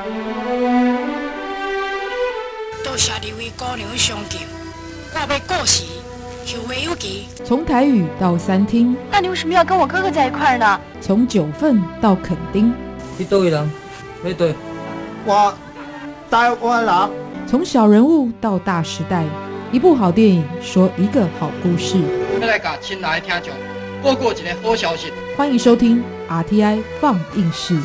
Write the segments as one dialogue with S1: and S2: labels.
S1: 多谢二位姑娘相救，我要过世，后会有期。
S2: 从台语到三厅，
S3: 那你为什么要跟我哥哥在一块儿呢？
S2: 从九份到垦丁，
S4: 你倒位人？没对，
S5: 我台湾人。
S2: 从小人物到大时代，一部好电影说一个好故事。
S6: 要来甲亲爱的听众报告一个好消息，
S2: 欢迎收听 RTI 放映室。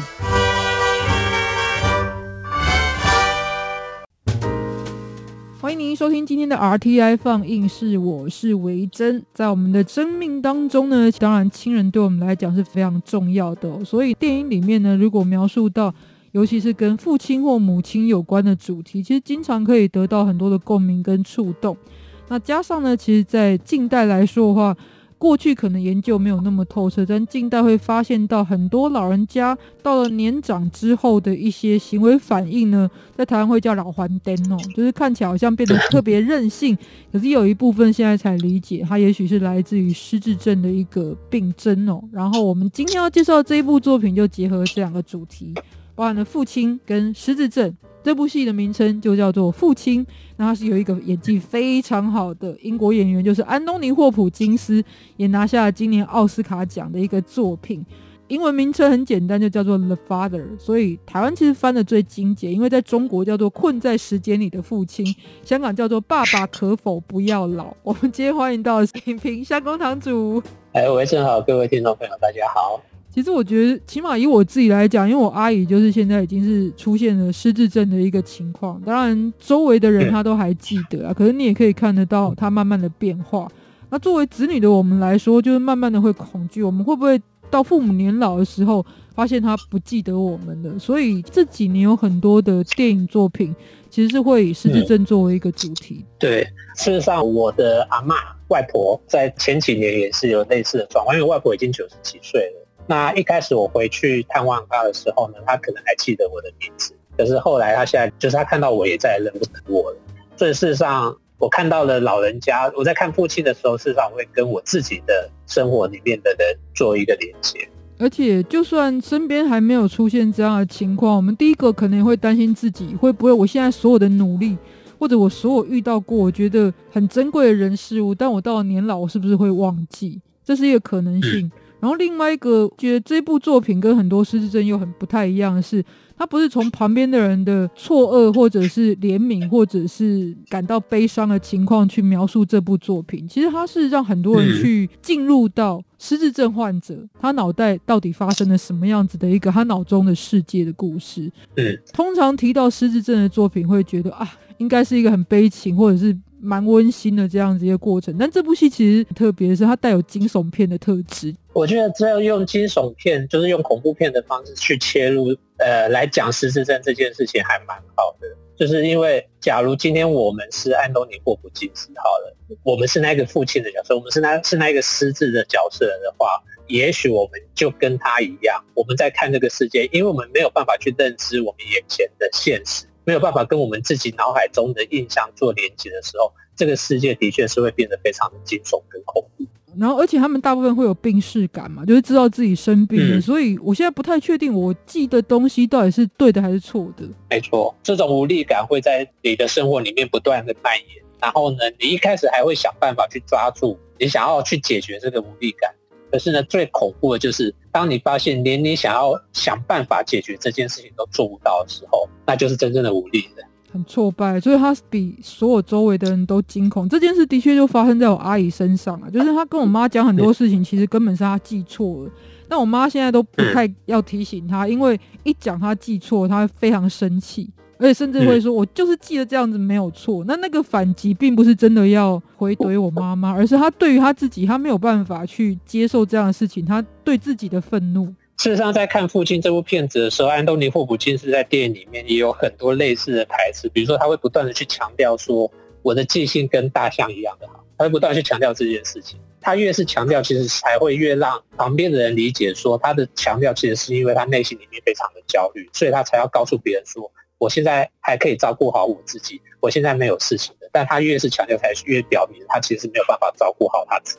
S2: 欢迎您收听今天的 RTI 放映室，我是维珍。在我们的生命当中呢，当然亲人对我们来讲是非常重要的所以电影里面呢，如果描述到尤其是跟父亲或母亲有关的主题，其实经常可以得到很多的共鸣跟触动。那加上呢，其实在近代来说的话，过去可能研究没有那么透彻，但近代会发现到很多老人家到了年长之后的一些行为反应呢，在台湾会叫老还灯就是看起来好像变得特别任性，可是有一部分现在才理解，它也许是来自于失智症的一个病症然后我们今天要介绍的这一部作品就结合这两个主题，包含了父亲跟失智症。这部戏的名称就叫做《父亲》，那它是有一个演技非常好的英国演员，就是安东尼·霍普金斯，也拿下了今年奥斯卡奖的一个作品。英文名称很简单，就叫做 The Father， 所以台湾其实翻的最精简，因为在中国叫做困在时间里的父亲，香港叫做爸爸可否不要老。我们今天欢迎到影评香工堂主。
S7: 维珍好，各位听众朋友大家好。
S2: 其实我觉得起码以我自己来讲，因为我阿姨就是现在已经是出现了失智症的一个情况，当然周围的人她都还记得可是你也可以看得到她慢慢的变化。那作为子女的我们来说，就是慢慢的会恐惧，我们会不会到父母年老的时候发现他不记得我们了？所以这几年有很多的电影作品其实是会以失智症作为一个主题。
S7: 对，事实上我的阿嬷外婆在前几年也是有类似的状况，因为我外婆已经90几岁了。那一开始我回去探望她的时候呢，她可能还记得我的名字，可是后来她现在就是她看到我也再也认不得我了。所以事实上我看到了老人家，我在看父亲的时候，事实上会跟我自己的生活里面的人做一个连接。
S2: 而且就算身边还没有出现这样的情况，我们第一个可能会担心自己会不会我现在所有的努力，或者我所有遇到过我觉得很珍贵的人事物，但我到了年老我是不是会忘记，这是一个可能性。然后另外一个觉得这部作品跟很多失智症又很不太一样的是，它不是从旁边的人的错愕或者是怜悯或者是感到悲伤的情况去描述这部作品，其实它是让很多人去进入到失智症患者他脑袋到底发生了什么样子的一个他脑中的世界的故事。通常提到失智症的作品会觉得应该是一个很悲情或者是蛮温馨的这样子一个过程，但这部戏其实特别的是它带有惊悚片的特质。
S7: 我觉得这样用惊悚片就是用恐怖片的方式去切入来讲失智症这件事情还蛮好的。就是因为假如今天我们是安东尼·霍普金斯好了，我们是那个父亲的角色，我们是那个失智的角色的话，也许我们就跟他一样，我们在看这个世界，因为我们没有办法去认知我们眼前的现实，没有办法跟我们自己脑海中的印象做连接的时候，这个世界的确是会变得非常的惊悚跟恐怖。
S2: 然后而且他们大部分会有病识感嘛，就是知道自己生病了所以我现在不太确定我记的东西到底是对的还是错的。
S7: 没错，这种无力感会在你的生活里面不断的蔓延，然后呢你一开始还会想办法去抓住，你想要去解决这个无力感，可是呢最恐怖的就是当你发现连你想要想办法解决这件事情都做不到的时候，那就是真正的无力了，
S2: 很挫败，所以他比所有周围的人都惊恐。这件事的确就发生在我阿姨身上就是他跟我妈讲很多事情其实根本是他记错了，但我妈现在都不太要提醒他，因为一讲他记错他会非常生气，而且甚至会说我就是记得这样子没有错。那个反击并不是真的要回怼我妈妈，而是他对于他自己他没有办法去接受这样的事情，他对自己的愤怒。
S7: 事实上在看《父亲》这部片子的时候，安东尼·霍普金斯在电影里面也有很多类似的台词，比如说他会不断的去强调说我的记性跟大象一样的好，他会不断的去强调这件事情。他越是强调，其实才会越让旁边的人理解说他的强调其实是因为他内心里面非常的焦虑，所以他才要告诉别人说我现在还可以照顾好我自己，我现在没有事情的。但他越是强调才越表明他其实没有办法照顾好他自己。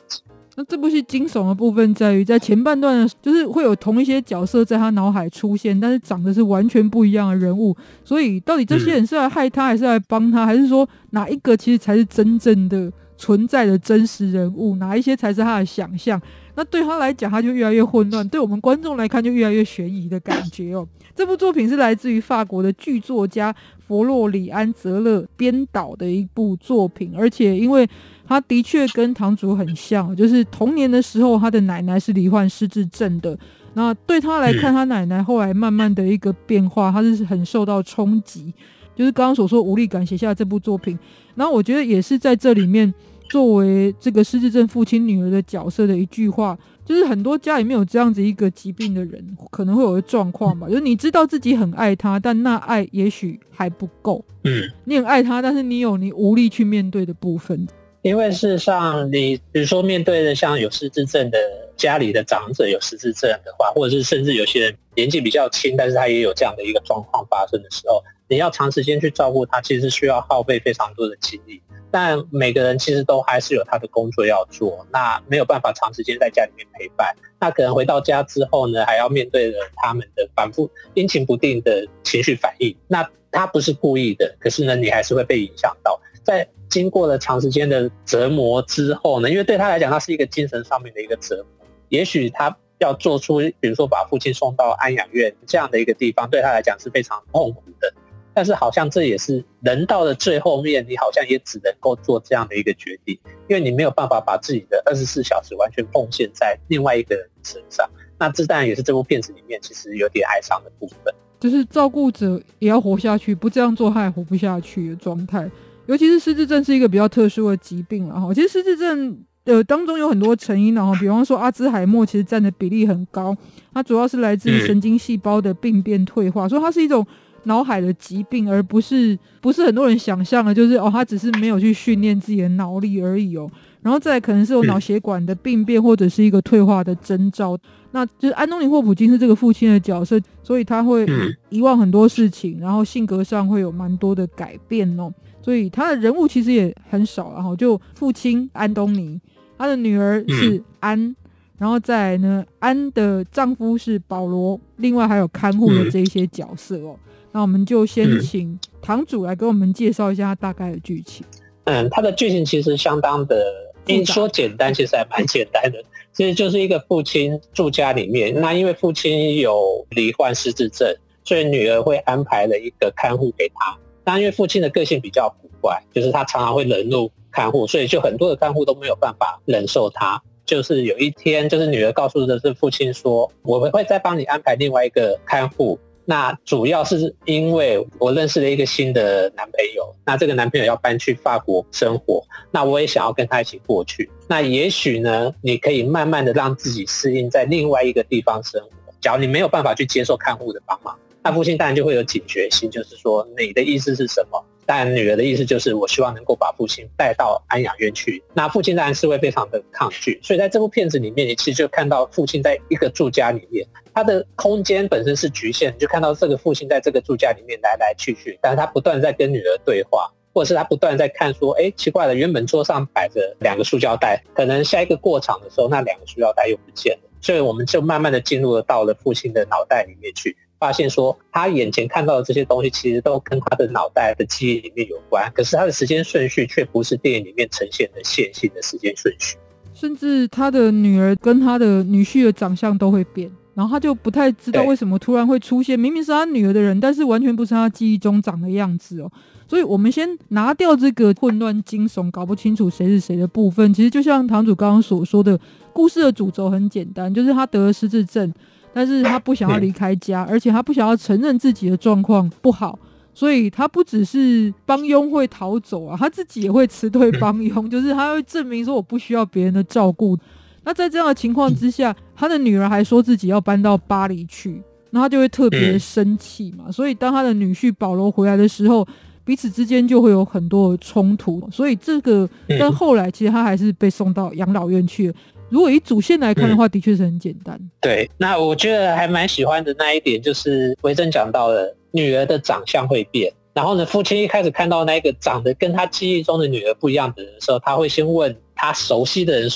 S2: 那这部戏惊悚的部分在于，在前半段呢，就是会有同一些角色在他脑海出现，但是长得是完全不一样的人物，所以到底这些人是来害他，还是来帮他，还是说哪一个其实才是真正的存在的真实人物，哪一些才是他的想象？那对他来讲，他就越来越混乱；对我们观众来看，就越来越悬疑的感觉哦。这部作品是来自于法国的剧作家佛洛里安·泽勒编导的一部作品，而且因为他的确跟堂主很像，就是童年的时候他的奶奶是罹患失智症的，那对他来看，他奶奶后来慢慢的一个变化，他是很受到冲击，就是刚刚所说无力感写下这部作品。然后我觉得也是在这里面作为这个失智症父亲女儿的角色的一句话，就是很多家里面有这样子一个疾病的人可能会有的状况吧，就是你知道自己很爱他，但那爱也许还不够，你很爱他，但是你有你无力去面对的部分。
S7: 因为事实上你比如说面对的像有失智症的家里的长者有失智症的话，或者是甚至有些人年纪比较轻，但是他也有这样的一个状况发生的时候，你要长时间去照顾他，其实需要耗费非常多的精力，但每个人其实都还是有他的工作要做，那没有办法长时间在家里面陪伴，那可能回到家之后呢，还要面对着他们的反复阴晴不定的情绪反应，那他不是故意的，可是呢你还是会被影响到。在经过了长时间的折磨之后呢，因为对他来讲，他是一个精神上面的一个折磨，也许他要做出比如说把父亲送到安养院这样的一个地方，对他来讲是非常痛苦的，但是好像这也是人到了最后面，你好像也只能够做这样的一个决定，因为你没有办法把自己的24小时完全奉献在另外一个人身上。那这当然也是这部片子里面其实有点哀伤的部分，
S2: 就是照顾者也要活下去，不这样做他也活不下去的状态。尤其是失智症是一个比较特殊的疾病啦，其实失智症当中有很多成因，比方说阿兹海默其实占的比例很高，它主要是来自于神经细胞的病变退化，所以它是一种脑海的疾病，而不是很多人想象的，就是他只是没有去训练自己的脑力而已哦。然后再来可能是有脑血管的病变或者是一个退化的征兆。那就是安东尼·霍普金是这个父亲的角色，所以他会遗忘很多事情，然后性格上会有蛮多的改变哦。所以他的人物其实也很少，然后就父亲安东尼，他的女儿是安，然后再来呢，安的丈夫是保罗，另外还有看护的这一些角色哦。那我们就先请堂主来给我们介绍一下他大概的剧情。
S7: 他的剧情其实相当的，说简单其实还蛮简单的，其实就是一个父亲住家里面，那因为父亲有罹患失智症，所以女儿会安排了一个看护给他。那因为父亲的个性比较古怪，就是他常常会惹怒看护，所以就很多的看护都没有办法忍受他。就是有一天，就是女儿告诉的是父亲说，我会再帮你安排另外一个看护，那主要是因为我认识了一个新的男朋友，那这个男朋友要搬去法国生活，那我也想要跟他一起过去，那也许呢你可以慢慢的让自己适应在另外一个地方生活，假如你没有办法去接受看护的帮忙，那父亲当然就会有警觉心，就是说你的意思是什么。当然女儿的意思就是我希望能够把父亲带到安养院去，那父亲当然是会非常的抗拒。所以在这部片子里面，你其实就看到父亲在一个住家里面，他的空间本身是局限，你就看到这个父亲在这个住家里面来来去去，但是他不断在跟女儿对话，或者是他不断在看说，奇怪了，原本桌上摆着2个塑胶袋，可能下一个过场的时候那2个塑胶袋又不见了，所以我们就慢慢的进入到了父亲的脑袋里面去，发现说他眼前看到的这些东西其实都跟他的脑袋的记忆里面有关，可是他的时间顺序却不是电影里面呈现的线性的时间顺序，
S2: 甚至他的女儿跟他的女婿的长相都会变，然后他就不太知道为什么突然会出现明明是他女儿的人，但是完全不是他记忆中长的样子哦。所以我们先拿掉这个混乱惊悚搞不清楚谁是谁的部分，其实就像堂主刚刚所说的，故事的主轴很简单，就是他得了失智症，但是他不想要离开家，而且他不想要承认自己的状况不好，所以他不只是帮佣会逃走啊，他自己也会辞退帮佣，就是他会证明说我不需要别人的照顾。那在这样的情况之下，他的女儿还说自己要搬到巴黎去，那他就会特别生气嘛。所以当他的女婿保罗回来的时候，彼此之间就会有很多的冲突。所以这个，但后来其实他还是被送到养老院去了。如果以主线来看的话，的确是很简单。
S7: 对，那我觉得还蛮喜欢的那一点就是维珍讲到了女儿的长相会变，然后呢，父亲一开始看到那个长得跟他记忆中的女儿不一样的人的时候，他会先问他熟悉的人说，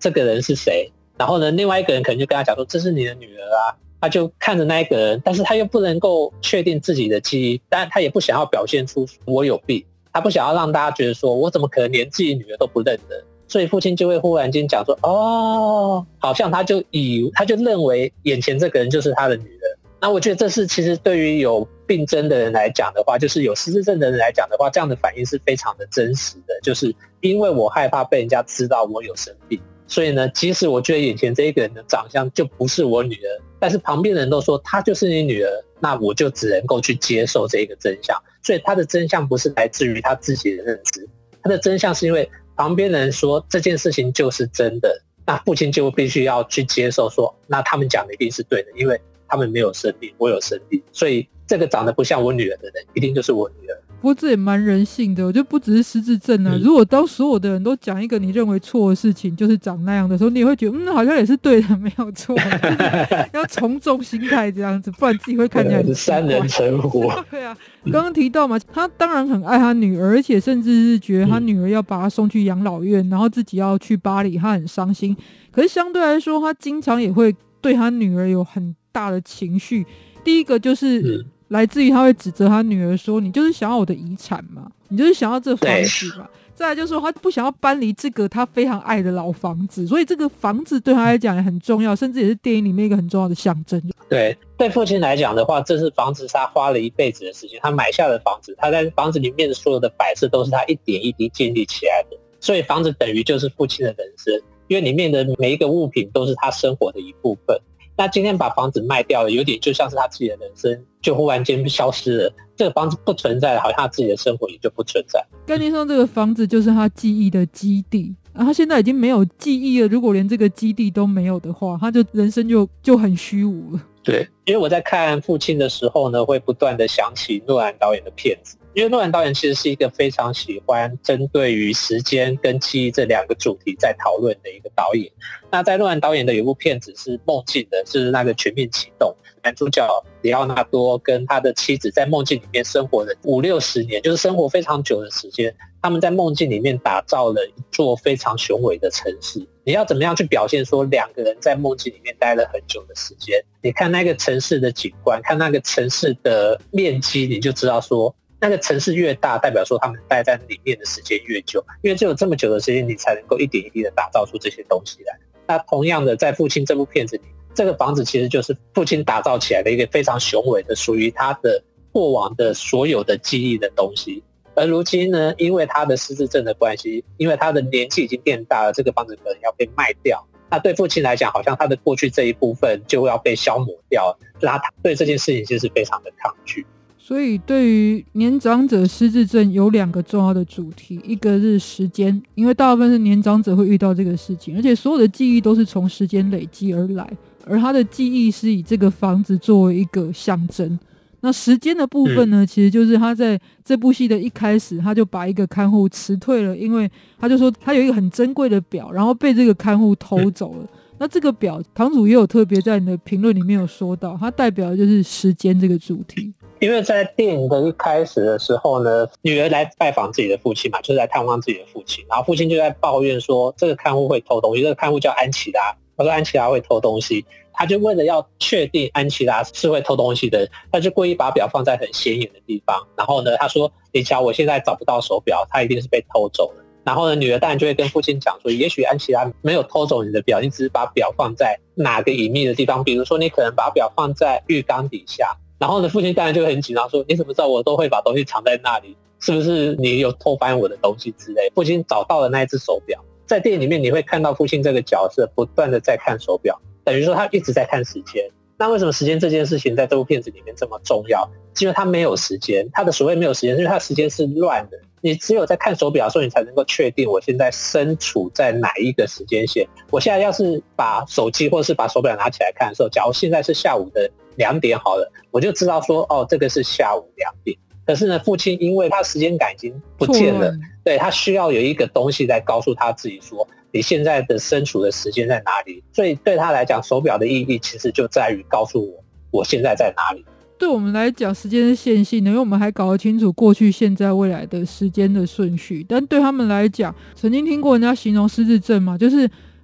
S7: 这个人是谁，然后呢另外一个人可能就跟他讲说这是你的女儿啊，他就看着那一个人，但是他又不能够确定自己的记忆，但他也不想要表现出我有病，他不想要让大家觉得说我怎么可能连自己女儿都不认得，所以父亲就会忽然间讲说哦，好像他就认为眼前这个人就是他的女儿。那我觉得这是其实对于有病症的人来讲的话，就是有失智症的人来讲的话，这样的反应是非常的真实的，就是因为我害怕被人家知道我有生病，所以呢即使我觉得眼前这一个人的长相就不是我女儿，但是旁边的人都说她就是你女儿，那我就只能够去接受这个真相。所以他的真相不是来自于他自己的认知，他的真相是因为旁边的人说这件事情就是真的，那父亲就必须要去接受说那他们讲的一定是对的，因为他们没有生病，我有生病，所以这个长得不像我女儿的人一定就是我女儿。
S2: 不过这也蛮人性的，我就不只是失智症啊，如果当所有的人都讲一个你认为错的事情就是长那样的时候，你也会觉得好像也是对的，没有错，就是要从众心态这样子，不然自己会看起来很
S7: 三人成虎。
S2: 对啊，刚刚提到嘛，他当然很爱他女儿，而且甚至是觉得他女儿要把他送去养老院，然后自己要去巴黎，他很伤心。可是相对来说，他经常也会对他女儿有很大的情绪。第一个就是来自于他会指责他女儿说你就是想要我的遗产嘛，你就是想要这房子嘛。再来就是说他不想要搬离这个他非常爱的老房子，所以这个房子对他来讲也很重要，甚至也是电影里面一个很重要的象征。
S7: 对父亲来讲的话，这是房子是他花了一辈子的时间，他买下的房子，他在房子里面所有的摆设都是他一点一滴建立起来的，所以房子等于就是父亲的人生，因为里面的每一个物品都是他生活的一部分。那今天把房子卖掉了，有点就像是他自己的人生就忽然间消失了，这个房子不存在了，好像他自己的生活也就不存在。
S2: 概念上这个房子就是他记忆的基地，他现在已经没有记忆了，如果连这个基地都没有的话，他就人生就很虚无了。
S7: 对，因为我在看父亲的时候呢，会不断的想起诺兰导演的片子，因为诺兰导演其实是一个非常喜欢针对于时间跟记忆这两个主题在讨论的一个导演。那在诺兰导演的有一部片子是梦境的，是那个全面启动，男主角里奥纳多跟他的妻子在梦境里面生活了50-60年，就是生活非常久的时间，他们在梦境里面打造了一座非常雄伟的城市。你要怎么样去表现说两个人在梦境里面待了很久的时间，你看那个城市的景观，看那个城市的面积，你就知道说那个城市越大，代表说他们待在里面的时间越久，因为只有这么久的时间你才能够一点一滴的打造出这些东西来。那同样的在父亲这部片子里，这个房子其实就是父亲打造起来的一个非常雄伟的属于他的过往的所有的记忆的东西。而如今呢，因为他的失智症的关系，因为他的年纪已经变大了，这个房子可能要被卖掉，那对父亲来讲好像他的过去这一部分就要被消磨掉，那他对这件事情就是非常的抗拒。
S2: 所以对于年长者失智症有2个重要的主题，一个是时间，因为大部分是年长者会遇到这个事情，而且所有的记忆都是从时间累积而来，而他的记忆是以这个房子作为一个象征。那时间的部分呢，其实就是他在这部戏的一开始他就把一个看护辞退了，因为他就说他有一个很珍贵的表，然后被这个看护偷走了。那这个表堂主也有特别在你的评论里面有说到，它代表的就是时间这个主题。
S7: 因为在电影的一开始的时候呢，女儿来拜访自己的父亲嘛，就是来探望自己的父亲，然后父亲就在抱怨说这个看护会偷东西，这个看护叫安琪拉，他说安琪拉会偷东西，他就为了要确定安琪拉是会偷东西的，他就故意把表放在很显眼的地方，然后呢他说你瞧我现在找不到手表，他一定是被偷走了。然后呢女儿当然就会跟父亲讲说，也许安琪拉没有偷走你的表，你只是把表放在哪个隐秘的地方，比如说你可能把表放在浴缸底下，然后呢父亲当然就会很紧张说你怎么知道我都会把东西藏在那里，是不是你有偷翻我的东西之类。父亲找到了那一只手表，在电影里面你会看到父亲这个角色不断的在看手表，等于说他一直在看时间。那为什么时间这件事情在这部片子里面这么重要？因为他没有时间，他的所谓没有时间是因为他的时间是乱的，你只有在看手表的时候你才能够确定我现在身处在哪一个时间线。我现在要是把手机或是把手表拿起来看的时候，假如现在是下午的2点好了，我就知道说哦这个是下午2点。可是呢父亲因为他时间感已经不见了，对，他需要有一个东西来告诉他自己说你现在的身处的时间在哪里。所以对他来讲手表的意义其实就在于告诉我现在在哪里。
S2: 对我们来讲时间是线性的，因为我们还搞得清楚过去现在未来的时间的顺序，但对他们来讲曾经听过人家形容失智症嘛，就是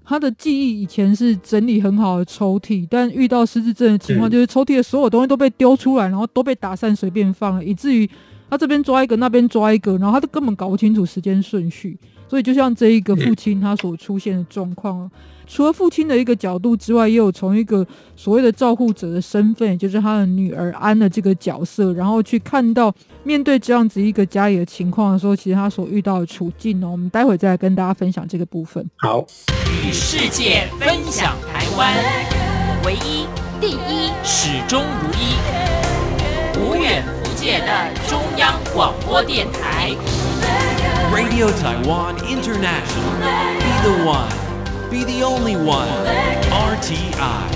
S2: 他的记忆以前是整理很好的抽屉，但遇到失智症的情况，就是抽屉的所有东西都被丢出来，然后都被打散随便放了，以至于他这边抓一个那边抓一个，然后他都根本搞不清楚时间顺序。所以就像这一个父亲他所出现的状况，除了父亲的一个角度之外，也有从一个所谓的照顾者的身份，也就是他的女儿安的这个角色，然后去看到面对这样子一个家里的情况的时候，其实他所遇到的处境我们待会再来跟大家分享这个部分。
S7: 好，
S8: 与世界分享台湾，唯一、
S3: 第一，
S8: 始终如一，无远弗届的中央广播电台。
S9: Radio Taiwan International. Be the one. Be the only one. RTI.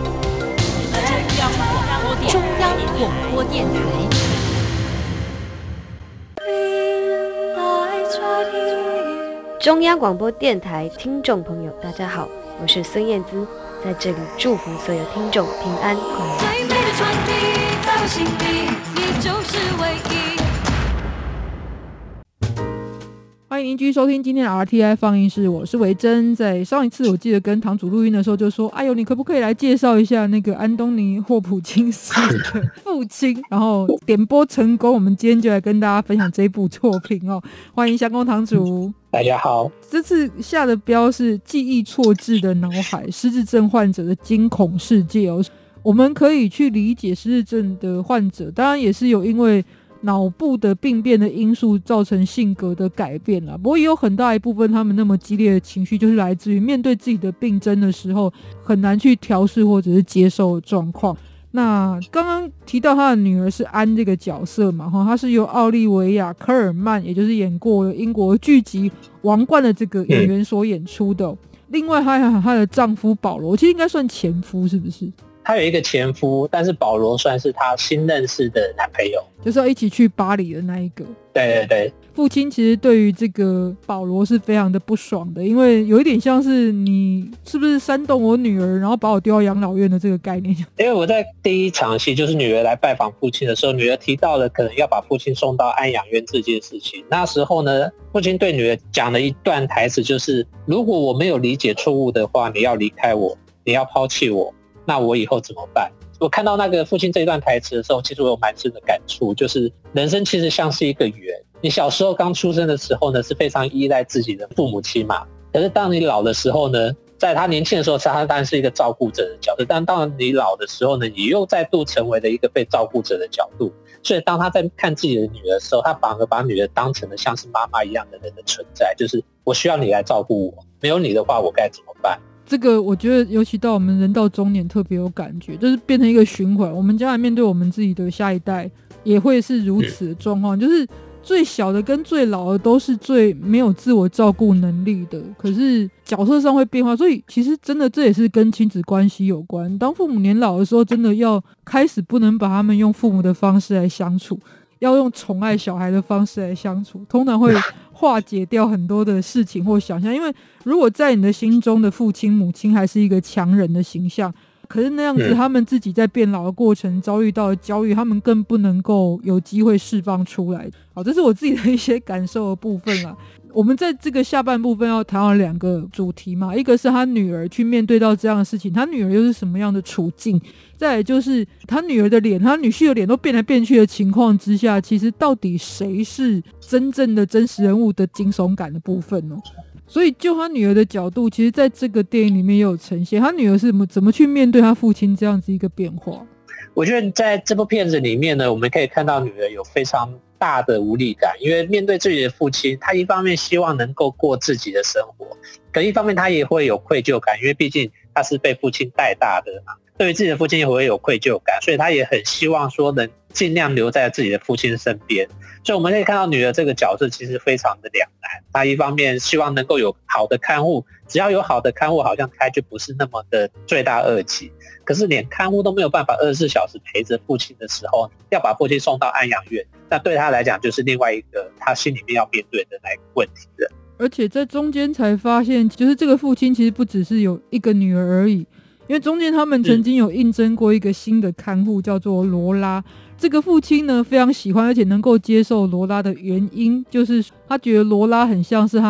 S3: 中央广播电台。
S10: 中央广播电台听众朋友，大家好，我是孙燕姿，在这里祝福所有听众平安快乐。最美的传递在我心里，你就是唯一。
S2: 欢迎您继续收听今天的 RTI 放映室，我是维珍。在上一次我记得跟堂主录音的时候就说，哎呦，你可不可以来介绍一下那个安东尼·霍普金斯的父亲？然后点播成功，我们今天就来跟大家分享这一部作品欢迎相公堂主。
S7: 大家好。
S2: 这次下的标是记忆错置的脑海，失智症患者的惊恐世界我们可以去理解失智症的患者，当然也是有因为脑部的病变的因素造成性格的改变啦，不过也有很大一部分他们那么激烈的情绪就是来自于面对自己的病症的时候很难去调试或者是接受的状况。那刚刚提到他的女儿是安这个角色嘛，她是由奥利维亚·科尔曼，也就是演过英国剧集《王冠》的这个演员所演出的另外还有她的丈夫保罗，其实应该算前夫是不是？
S7: 他有一个前夫，但是保罗算是他新认识的男朋友，
S2: 就是要一起去巴黎的那一个。
S7: 对对对，
S2: 父亲其实对于这个保罗是非常的不爽的，因为有一点像是你是不是煽动我女儿，然后把我丢到养老院的这个概念。
S7: 因为我在第一场戏就是女儿来拜访父亲的时候，女儿提到了可能要把父亲送到安养院这件事情。那时候呢，父亲对女儿讲了一段台词，就是如果我没有理解错误的话，你要离开我，你要抛弃我，那我以后怎么办？我看到那个父亲这一段台词的时候，其实我有蛮深的感触，就是人生其实像是一个圆，你小时候刚出生的时候呢，是非常依赖自己的父母亲嘛，可是当你老的时候呢，在他年轻的时候他当然是一个照顾者的角色，但当你老的时候呢，你又再度成为了一个被照顾者的角度，所以当他在看自己的女儿的时候，他反而把女儿当成了像是妈妈一样的人的存在，就是我需要你来照顾我，没有你的话我该怎么办？
S2: 这个我觉得尤其到我们人到中年特别有感觉，就是变成一个循环，我们将来面对我们自己的下一代也会是如此的状况，就是最小的跟最老的都是最没有自我照顾能力的，可是角色上会变化，所以其实真的这也是跟亲子关系有关。当父母年老的时候，真的要开始不能把他们用父母的方式来相处，要用宠爱小孩的方式来相处，通常会化解掉很多的事情或想象。因为如果在你的心中的父亲母亲还是一个强人的形象，可是那样子他们自己在变老的过程遭遇到的焦虑，他们更不能够有机会释放出来。好，这是我自己的一些感受的部分啦。我们在这个下半部分要谈到两个主题嘛，一个是他女儿去面对到这样的事情，他女儿又是什么样的处境，再来就是他女儿的脸，他女婿的脸都变来变去的情况之下，其实到底谁是真正的真实人物的惊悚感的部分呢？所以就他女儿的角度，其实在这个电影里面也有呈现，他女儿是怎么去面对他父亲这样子一个变化。
S7: 我觉得在这部片子里面呢，我们可以看到女儿有非常大的无力感，因为面对自己的父亲，她一方面希望能够过自己的生活，可一方面她也会有愧疚感，因为毕竟她是被父亲带大的嘛，对于自己的父亲也会有愧疚感，所以她也很希望说能尽量留在自己的父亲身边。所以我们可以看到女儿这个角色其实非常的两难，她一方面希望能够有好的看护，只要有好的看护，好像她就不是那么的罪大恶极，可是连看护都没有办法24小时陪着父亲的时候，要把父亲送到安养院，那对她来讲就是另外一个她心里面要面对的那个问题了。
S2: 而且在中间才发现，就是这个父亲其实不只是有一个女儿而已，因为中间他们曾经有应征过一个新的看护叫做罗拉，这个父亲呢非常喜欢而且能够接受罗拉的原因，就是他觉得罗拉很像是他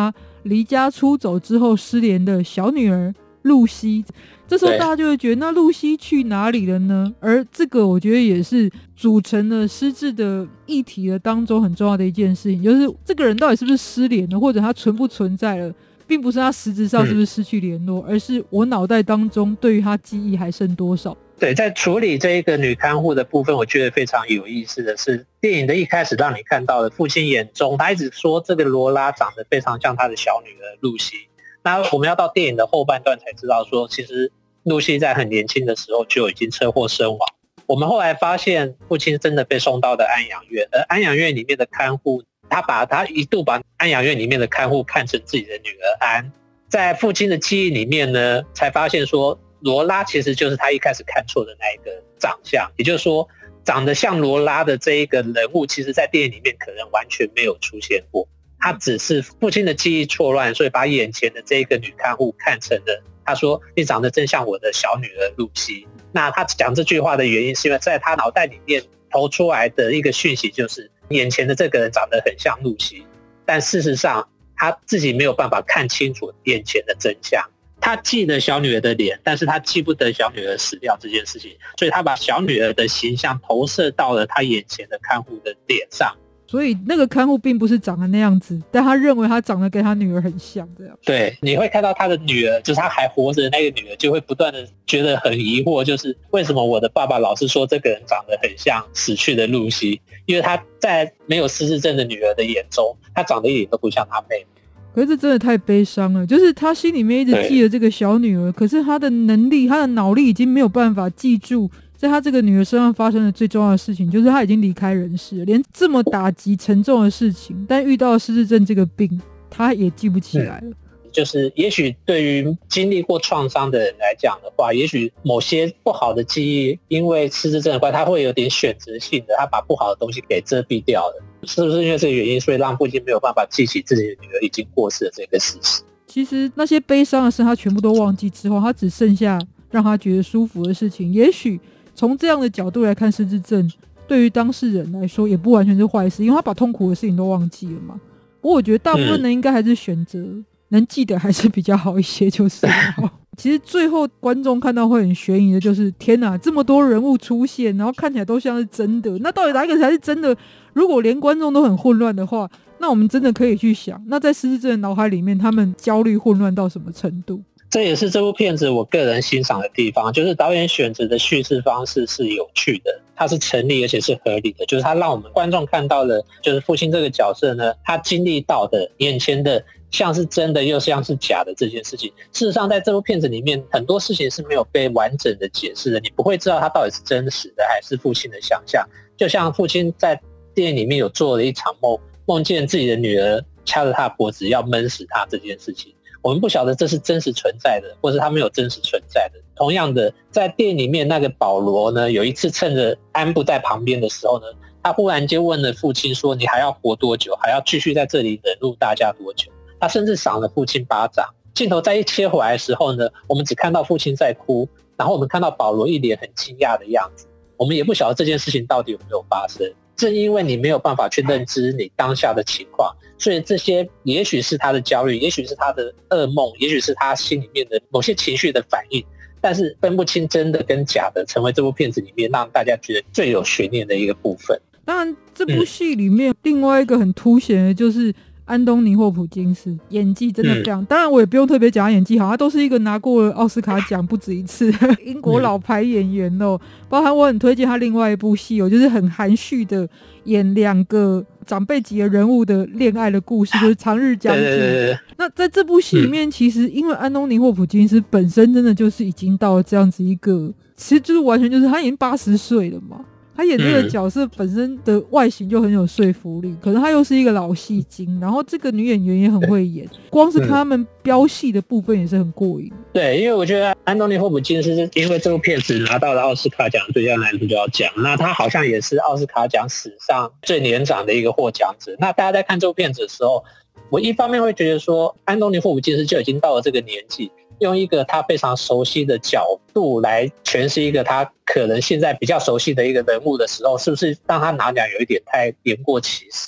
S2: 离家出走之后失联的小女儿露西。这时候大家就会觉得，那露西去哪里了呢？而这个我觉得也是组成了失智的议题的当中很重要的一件事情，就是这个人到底是不是失联了，或者他存不存在了，并不是他实质上是不是失去联络，而是我脑袋当中对于他记忆还剩多少。
S7: 对，在处理这一个女看护的部分，我觉得非常有意思的是，电影的一开始让你看到了父亲眼中，他一直说这个罗拉长得非常像他的小女儿露西。那我们要到电影的后半段才知道说，其实露西在很年轻的时候就已经车祸身亡。我们后来发现父亲真的被送到了安养院，而安养院里面的看护，他一度把安养院里面的看护看成自己的女儿安。在父亲的记忆里面呢，才发现说罗拉其实就是他一开始看错的那一个长相，也就是说长得像罗拉的这一个人物，其实在电影里面可能完全没有出现过，他只是父亲的记忆错乱，所以把眼前的这一个女看护看成了，他说你长得真像我的小女儿露西。那他讲这句话的原因是因为在他脑袋里面投出来的一个讯息，就是眼前的这个人长得很像露西，但事实上他自己没有办法看清楚眼前的真相。他记得小女儿的脸，但是他记不得小女儿死掉这件事情，所以他把小女儿的形象投射到了他眼前的看护的脸上。
S2: 所以那个看护并不是长得那样子，但他认为他长得跟他女儿很像这样。
S7: 对，你会看到他的女儿，就是他还活着的那个女儿，就会不断的觉得很疑惑，就是为什么我的爸爸老是说这个人长得很像死去的露西，因为他在没有失智症的女儿的眼中，他长得一点都不像他妹妹。
S2: 可是这真的太悲伤了，就是他心里面一直记得这个小女儿，可是他的能力，他的脑力已经没有办法记住在他这个女儿身上发生的最重要的事情，就是他已经离开人世了，连这么打击沉重的事情，但遇到失智症这个病他也记不起来了。
S7: 就是也许对于经历过创伤的人来讲的话，也许某些不好的记忆因为失智症的关系，他会有点选择性的，他把不好的东西给遮蔽掉了。是不是因为这个原因，所以让父亲没有办法记起自己的女儿已经过世的这个事实？
S2: 其实那些悲伤的事他全部都忘记之后，他只剩下让他觉得舒服的事情。也许从这样的角度来看，失智症对于当事人来说也不完全是坏事，因为他把痛苦的事情都忘记了嘛。不过我觉得大部分人应该还是选择能记得还是比较好一些，就是其实最后观众看到会很悬疑的就是天哪，这么多人物出现，然后看起来都像是真的，那到底哪一个才是真的？如果连观众都很混乱的话，那我们真的可以去想，那在失智症的脑海里面他们焦虑混乱到什么程度。
S7: 这也是这部片子我个人欣赏的地方，就是导演选择的叙事方式是有趣的，它是成立而且是合理的，就是它让我们观众看到了就是父亲这个角色呢，他经历到的眼前的像是真的又像是假的这件事情。事实上在这部片子里面很多事情是没有被完整的解释的，你不会知道他到底是真实的还是父亲的想象。就像父亲在电影里面有做了一场梦，梦见自己的女儿掐着他的脖子要闷死他这件事情，我们不晓得这是真实存在的或是他没有真实存在的。同样的，在电影里面那个保罗呢，有一次趁着安不在旁边的时候呢，他忽然间问了父亲说，你还要活多久，还要继续在这里忍辱大家多久。他甚至赏了父亲巴掌。镜头再一切回来的时候呢，我们只看到父亲在哭，然后我们看到保罗一脸很惊讶的样子，我们也不晓得这件事情到底有没有发生。正因为你没有办法去认知你当下的情况，所以这些也许是他的焦虑，也许是他的噩梦，也许是他心里面的某些情绪的反应，但是分不清真的跟假的，成为这部片子里面让大家觉得最有悬念的一个部分。
S2: 当然这部戏里面另外一个很凸显的就是安东尼·霍普金斯演技真的非常，当然我也不用特别讲他演技好，他都是一个拿过了奥斯卡奖不止一次的英国老牌演员哦。包含我很推荐他另外一部戏哦，就是很含蓄的演两个长辈级的人物的恋爱的故事，就是《长日将近》。那在这部戏里面，其实因为安东尼·霍普金斯本身真的就是已经到了这样子一个，其实就是完全就是他已经80岁了嘛。他演这个角色本身的外形就很有说服力，可是他又是一个老戏精，然后这个女演员也很会演，光是看他们飙戏的部分也是很过瘾。
S7: 对，因为我觉得安东尼·霍普金斯因为这部片子拿到了奥斯卡奖最佳男主角奖，那他好像也是奥斯卡奖史上最年长的一个获奖者。那大家在看这部片子的时候，我一方面会觉得说安东尼·霍普金斯就已经到了这个年纪，用一个他非常熟悉的角度来诠释一个他可能现在比较熟悉的一个人物的时候，是不是让他拿奖有一点太言过其实了？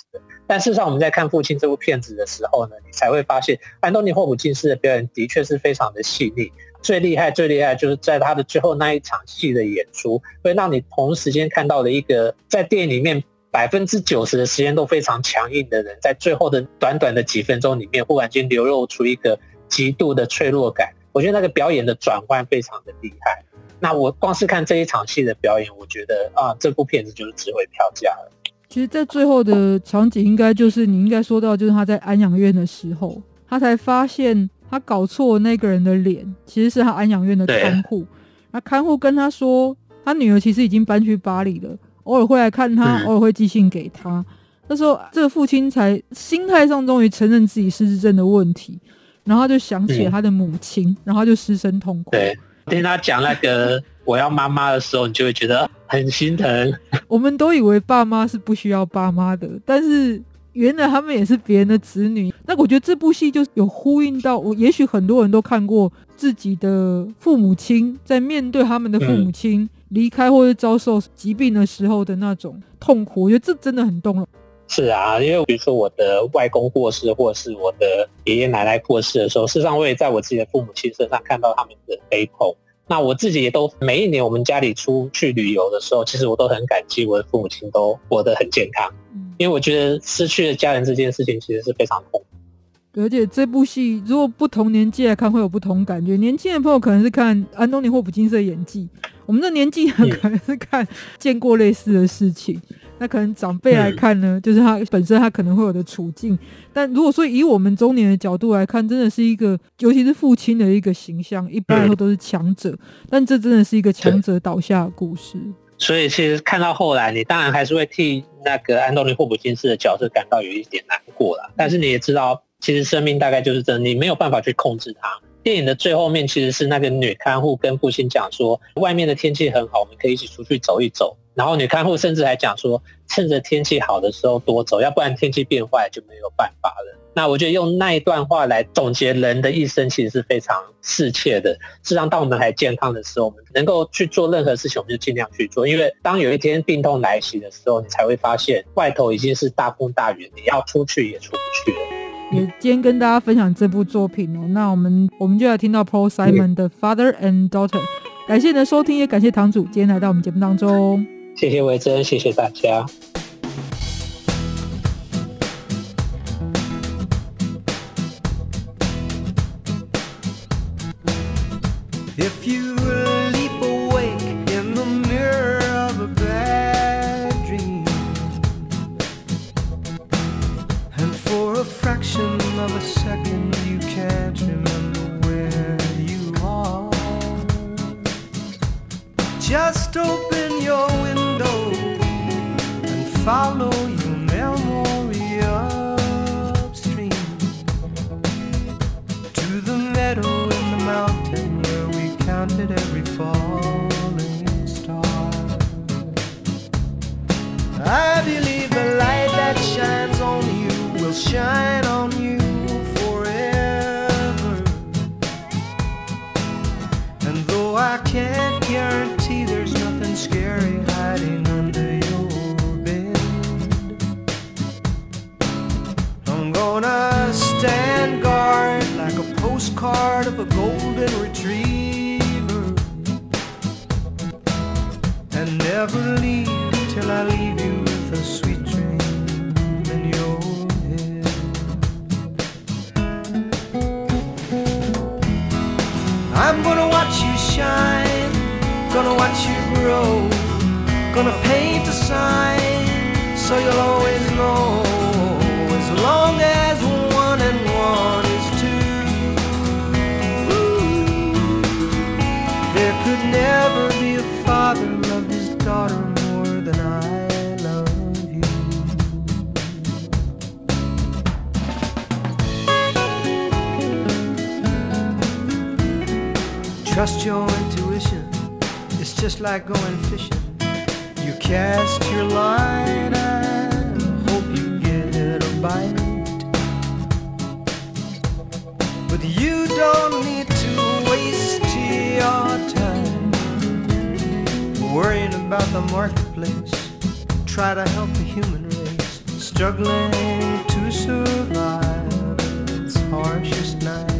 S7: 但事实上我们在看《父亲》这部片子的时候呢，你才会发现安东尼·霍普金斯的表演的确是非常的细腻。最厉害就是在他的最后那一场戏的演出，会让你同时间看到了一个在电影里面90%的时间都非常强硬的人，在最后的短短的几分钟里面忽然间流露出一个极度的脆弱感。我觉得那个表演的转换非常的厉害。那我光是看这一场戏的表演，我觉得这部片子就是值回票价了。
S2: 其实在最后的场景应该就是你应该说到，就是他在安养院的时候，他才发现他搞错那个人的脸其实是他安养院的看护。那看护跟他说他女儿其实已经搬去巴黎了，偶尔会来看他，偶尔会寄信给他。那时候这个父亲才心态上终于承认自己失智症的问题，然后他就想起了他的母亲，然后他就失声痛哭。
S7: 对，听他讲那个我要妈妈的时候，你就会觉得很心疼。
S2: 我们都以为爸妈是不需要爸妈的，但是原来他们也是别人的子女。那我觉得这部戏就有呼应到，也许很多人都看过自己的父母亲在面对他们的父母亲离开或者遭受疾病的时候的那种痛苦，我觉得这真的很动人。
S7: 是啊，因为比如说我的外公过世，或者是我的爷爷奶奶过世的时候，事实上我也在我自己的父母亲身上看到他们的悲痛。那我自己也都每一年我们家里出去旅游的时候，其实我都很感激我的父母亲都活得很健康，因为我觉得失去了家人这件事情其实是非常痛苦。
S2: 而且这部戏如果不同年纪来看会有不同感觉，年轻的朋友可能是看安东尼·霍普金斯的演技，我们这年纪可能是看见过类似的事情。那可能长辈来看呢，就是他本身他可能会有的处境。但如果说以我们中年的角度来看，真的是一个尤其是父亲的一个形象，一般来说都是强者，但这真的是一个强者倒下的故事。
S7: 所以其实看到后来，你当然还是会替那个安东尼·霍普金斯的角色感到有一点难过啦。但是你也知道，其实生命大概就是这，你没有办法去控制它。电影的最后面其实是那个女看护跟父亲讲说，外面的天气很好，我们可以一起出去走一走。然后女看护甚至还讲说，趁着天气好的时候多走，要不然天气变坏就没有办法了。那我觉得用那一段话来总结人的一生，其实是非常适切的。事实上，当我们还健康的时候，我们能够去做任何事情，我们就尽量去做。因为当有一天病痛来袭的时候，你才会发现外头已经是大风大雨，你要出去也出不去了。
S2: 也今天跟大家分享这部作品哦，那我们就来听到 Paul Simon 的 Father and Daughter。感谢你的收听，也感谢堂主今天来到我们节目当中。
S7: 谢谢维珍，谢谢大家。
S11: If you leap awake in the mirror of a bad dream, and for a fraction of a second you can't remember where you are, just open your window and follow your memory upstream to the meadow in the mountain where we counted every falling star. I believe the light that shines on you will shine on you forever, and though I can't guarantee there's nothing scary hiding under your bed, I'm gonna stand guard like a postcard of a golden retriever, and never leave till I leave you with a sweet dream in your head. I'm gonna watch you shine, gonna watch you grow, gonna paint a sign so you'll always know, as long as 1 and 1 is 2. Ooh, there could never be a father love his daughter more than I love you. Trust your intuition, it's just like going fishing. You cast your line and hope you get a bite, but you don't need to waste your time worrying about the marketplace. Try to help the human race struggling to survive its harshest night.